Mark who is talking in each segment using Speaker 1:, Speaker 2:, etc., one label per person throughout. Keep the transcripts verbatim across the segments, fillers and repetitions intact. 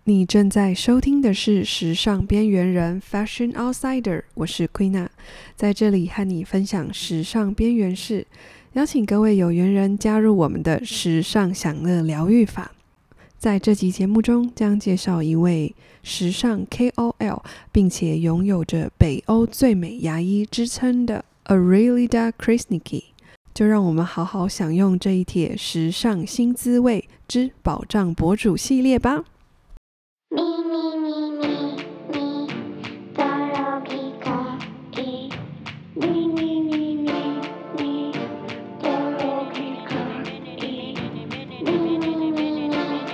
Speaker 1: 你正在收听的是时尚边缘人 Fashion Outsider， 我是 Queena， 在这里和你分享时尚边缘事，邀请各位有缘人加入我们的时尚享乐疗愈法。在这集节目中将介绍一位时尚 K O L， 并且拥有着北欧最美牙医之称的 Aurelida Krasniqi， 就让我们好好享用这一帖时尚新滋味之保障博主系列吧。
Speaker 2: Mi, mi, mi, mi, mi, Dorogika, i. Mi, mi, mi, mi, mi, Dorogika, i. Mi, mi, mi, mi, mi,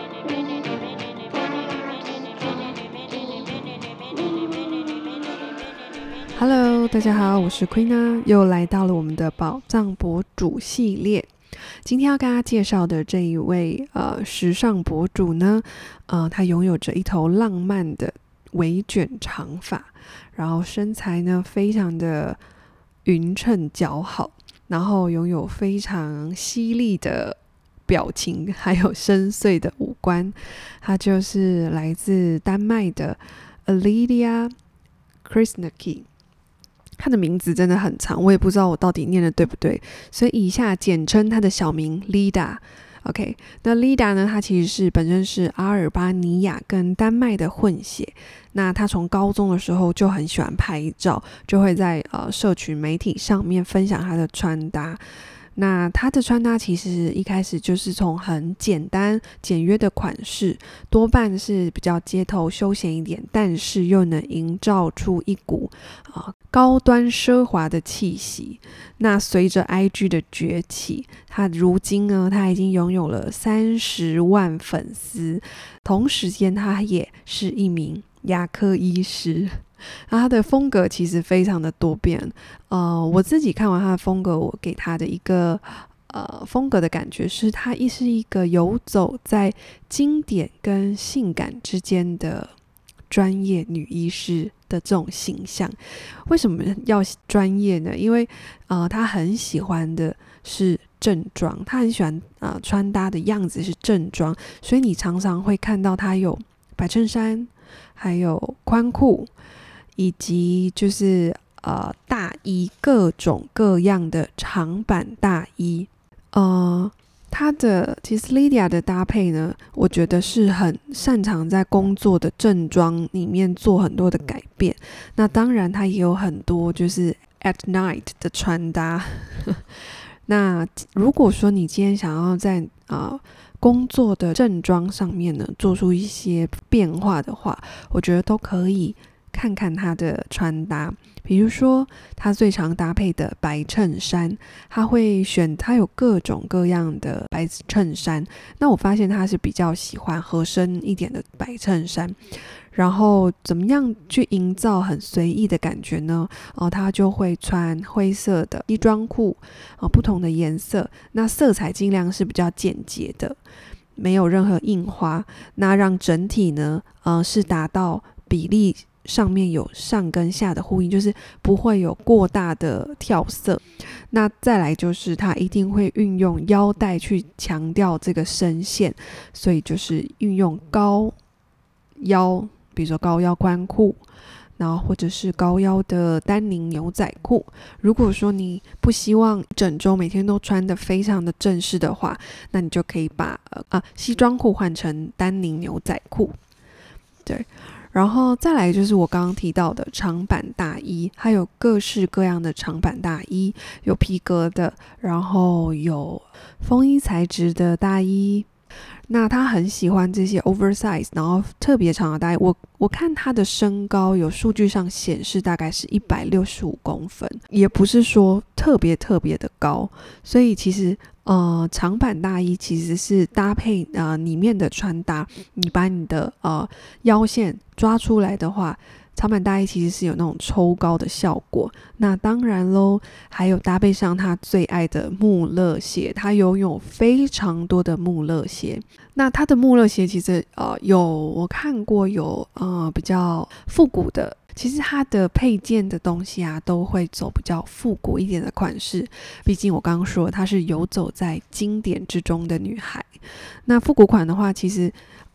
Speaker 1: Hello， 大家好，我是 Queena， 又来到了我们的宝藏博主系列。今天要跟大家介绍的这一位呃时尚博主呢，呃，他拥有着一头浪漫的微卷长发，然后身材呢非常的匀称姣好，然后拥有非常犀利的表情，还有深邃的五官。他就是来自丹麦的 Aurelida Krasniqi。他的名字真的很长，我也不知道我到底念的对不对，所以以下简称他的小名 Lida。OK， 那 Lida 呢，她其实是本身是阿尔巴尼亚跟丹麦的混血。那她从高中的时候就很喜欢拍照，就会在呃社群媒体上面分享她的穿搭。那她的穿搭其实一开始就是从很简单简约的款式，多半是比较街头休闲一点，但是又能营造出一股、呃、高端奢华的气息。那随着 I G 的崛起，她如今呢，她已经拥有了三十万粉丝，同时间她也是一名牙科医师。那他的风格其实非常的多变，呃，我自己看完他的风格，我给他的一个呃风格的感觉是，他是一个游走在经典跟性感之间的专业女医师的这种形象。为什么要专业呢？因为呃，他很喜欢的是正装，他很喜欢呃穿搭的样子是正装，所以你常常会看到他有白衬衫，还有宽裤。以及就是呃大衣，各种各样的长版大衣。呃，他的其实 Lydia 的搭配呢，我觉得是很擅长在工作的正装里面做很多的改变。那当然，他也有很多就是 at night 的穿搭。那如果说你今天想要在啊、呃、工作的正装上面呢，做出一些变化的话，我觉得都可以。看看他的穿搭，比如说他最常搭配的白衬衫，他会选他有各种各样的白衬衫。那我发现他是比较喜欢合身一点的白衬衫，然后怎么样去营造很随意的感觉呢？哦、呃，他就会穿灰色的西装裤，呃，不同的颜色，那色彩尽量是比较简洁的，没有任何印花，那让整体呢，呃，是达到比例。上面有上跟下的呼应，就是不会有过大的跳色。那再来就是它一定会运用腰带去强调这个身线，所以就是运用高腰，比如说高腰宽裤，然后或者是高腰的丹宁牛仔裤。如果说你不希望整周每天都穿得非常的正式的话，那你就可以把呃啊西装裤换成丹宁牛仔裤，对。然后再来就是我刚刚提到的长版大衣，还有各式各样的长版大衣，有皮革的，然后有风衣材质的大衣。那他很喜欢这些 oversize， 然后特别长的大衣。我我看他的身高有数据上显示大概是一百六十五公分，也不是说特别特别的高，所以其实呃长版大衣其实是搭配呃里面的穿搭，你把你的呃腰线抓出来的话。长版大衣其实是有那种抽高的效果，那当然咯，还有搭配上他最爱的穆勒鞋，他拥有非常多的穆勒鞋。那他的穆勒鞋其实呃有我看过有呃比较复古的，其实它的配件的东西啊都会走比较复古一点的款式，毕竟我刚刚说她是游走在经典之中的女孩。那复古款的话，其实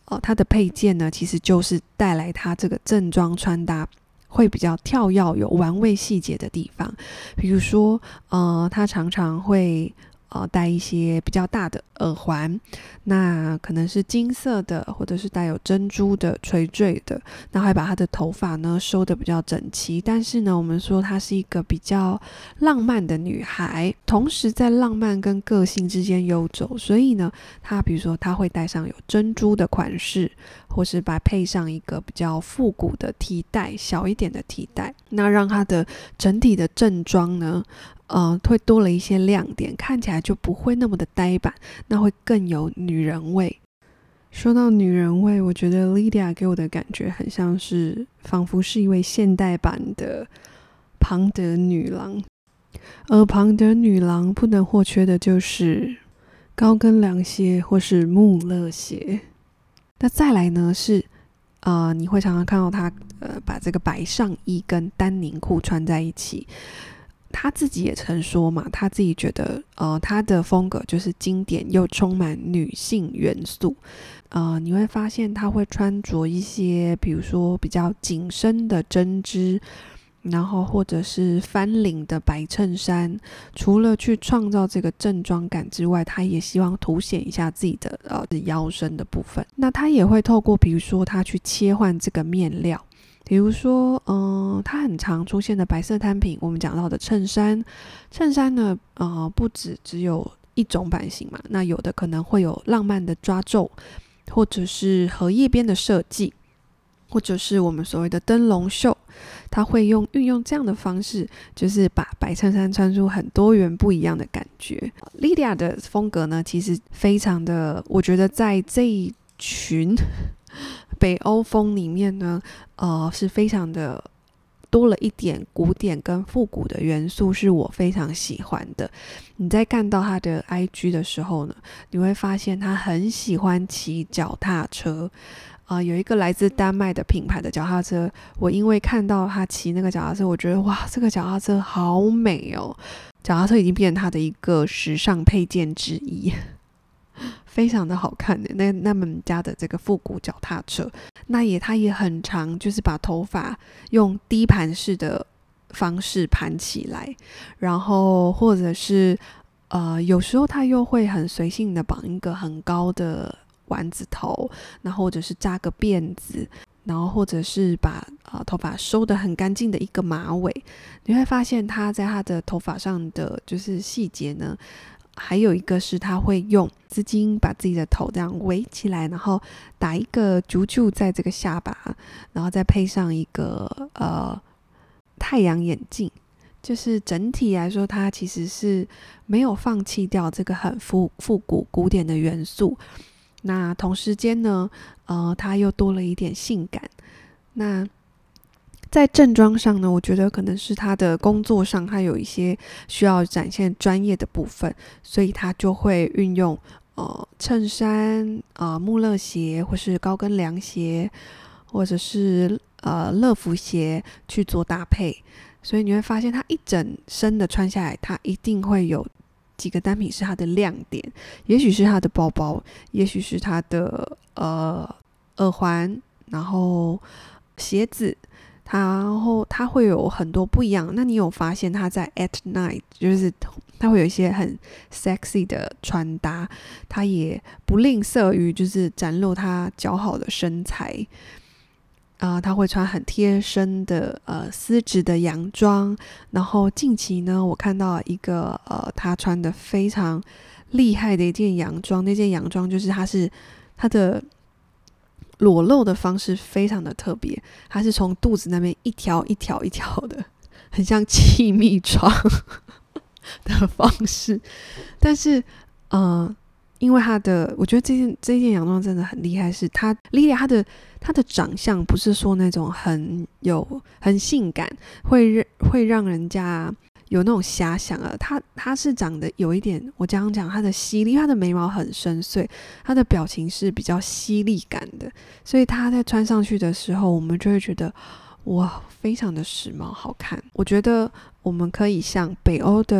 Speaker 1: 呃，它的配件呢，其实就是带来它这个正装穿搭会比较跳跃、有玩味细节的地方。比如说，呃，它常常会呃戴一些比较大的耳环，那可能是金色的，或者是带有珍珠的、垂坠的，那还把她的头发呢收得比较整齐。但是呢，我们说她是一个比较浪漫的女孩，同时在浪漫跟个性之间游走，所以呢，她比如说她会戴上有珍珠的款式，或是把配上一个比较复古的提带，小一点的提带，那让她的整体的正装呢呃，会多了一些亮点，看起来就不会那么的呆板，那会更有女人味。说到女人味，我觉得 Lydia 给我的感觉很像是，仿佛是一位现代版的庞德女郎。而庞德女郎不能或缺的就是高跟凉鞋或是穆勒鞋。那再来呢是呃，你会常常看到她呃把这个白上衣跟丹宁裤穿在一起。他自己也曾说嘛，他自己觉得呃，他的风格就是经典又充满女性元素。呃，你会发现他会穿着一些比如说比较紧身的针织，然后或者是翻领的白衬衫，除了去创造这个正装感之外，他也希望凸显一下自己的呃腰身的部分。那他也会透过比如说他去切换这个面料，比如说嗯，它很常出现的白色单品，我们讲到的衬衫，衬衫呢呃，不只只有一种版型嘛，那有的可能会有浪漫的抓皱，或者是荷叶边的设计，或者是我们所谓的灯笼袖，它会用运用这样的方式，就是把白衬衫穿出很多元不一样的感觉。Lydia 的风格呢，其实非常的，我觉得在这一群北欧风里面呢，呃，是非常的多了一点古典跟复古的元素，是我非常喜欢的。你在看到他的 I G 的时候呢，你会发现他很喜欢骑脚踏车。呃，有一个来自丹麦的品牌的脚踏车，我因为看到他骑那个脚踏车，我觉得哇，这个脚踏车好美哦！脚踏车已经变成他的一个时尚配件之一。非常的好看的那那们家的这个复古脚踏车，那也它也很长，就是把头发用低盘式的方式盘起来，然后或者是呃有时候它又会很随性的绑一个很高的丸子头，然后或者是扎个辫子，然后或者是把呃头发收得很干净的一个马尾。你会发现它在它的头发上的就是细节呢，还有一个是他会用丝巾把自己的头这样围起来，然后打一个啾啾在这个下巴，然后再配上一个呃太阳眼镜，就是整体来说他其实是没有放弃掉这个很复复古古典的元素，那同时间呢呃他又多了一点性感。那在正装上呢，我觉得可能是他的工作上他有一些需要展现专业的部分，所以他就会运用呃衬衫、呃穆勒鞋，或是高跟凉鞋，或者是呃乐福鞋去做搭配。所以你会发现他一整身的穿下来，他一定会有几个单品是他的亮点，也许是他的包包，也许是他的呃耳环，然后鞋子，然后它会有很多不一样。那你有发现它在 at night 就是它会有一些很 sexy 的穿搭，它也不吝啬于就是展露它姣好的身材。呃，他会穿很贴身的呃丝质的洋装，然后近期呢，我看到一个呃他穿的非常厉害的一件洋装，那件洋装就是它是它的裸露的方式非常的特别，它是从肚子那边一条一条一条的，很像气密窗的方式。但是呃因为他的，我觉得这件这件洋装真的很厉害，是他 Lydia 他的他的长相不是说那种很有很性感，会会让人家有那种遐想啊。他他是长得有一点，我刚刚讲他的犀利，他的眉毛很深邃，他的表情是比较犀利感的，所以他在穿上去的时候，我们就会觉得哇，非常的时髦好看。我觉得我们可以向北欧的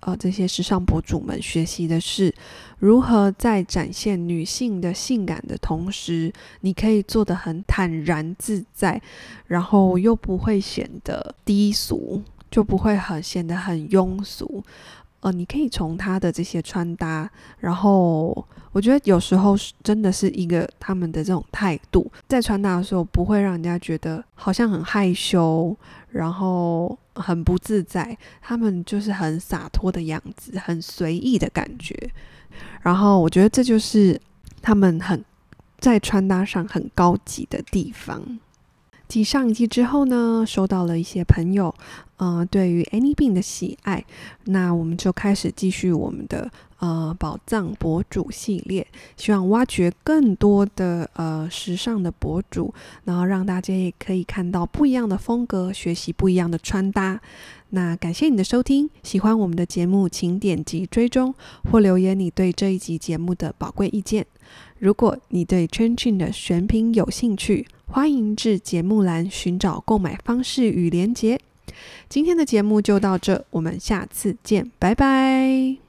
Speaker 1: 呃这些时尚博主们学习的是如何在展现女性的性感的同时，你可以做得很坦然自在，然后又不会显得低俗，就不会很显得很庸俗。呃，你可以从他的这些穿搭，然后我觉得有时候真的是一个他们的这种态度，在穿搭的时候不会让人家觉得好像很害羞，然后很不自在，他们就是很洒脱的样子，很随意的感觉。然后我觉得这就是他们很在穿搭上很高级的地方。继上一季之后呢，收到了一些朋友呃对于 Annie Bean 的喜爱，那我们就开始继续我们的呃宝藏博主系列，希望挖掘更多的呃时尚的博主，然后让大家也可以看到不一样的风格，学习不一样的穿搭。那感谢你的收听，喜欢我们的节目请点击追踪或留言你对这一集节目的宝贵意见。如果你对 CHENCHUN 的选品有兴趣，欢迎至节目栏寻找购买方式与连结。今天的节目就到这，我们下次见，拜拜。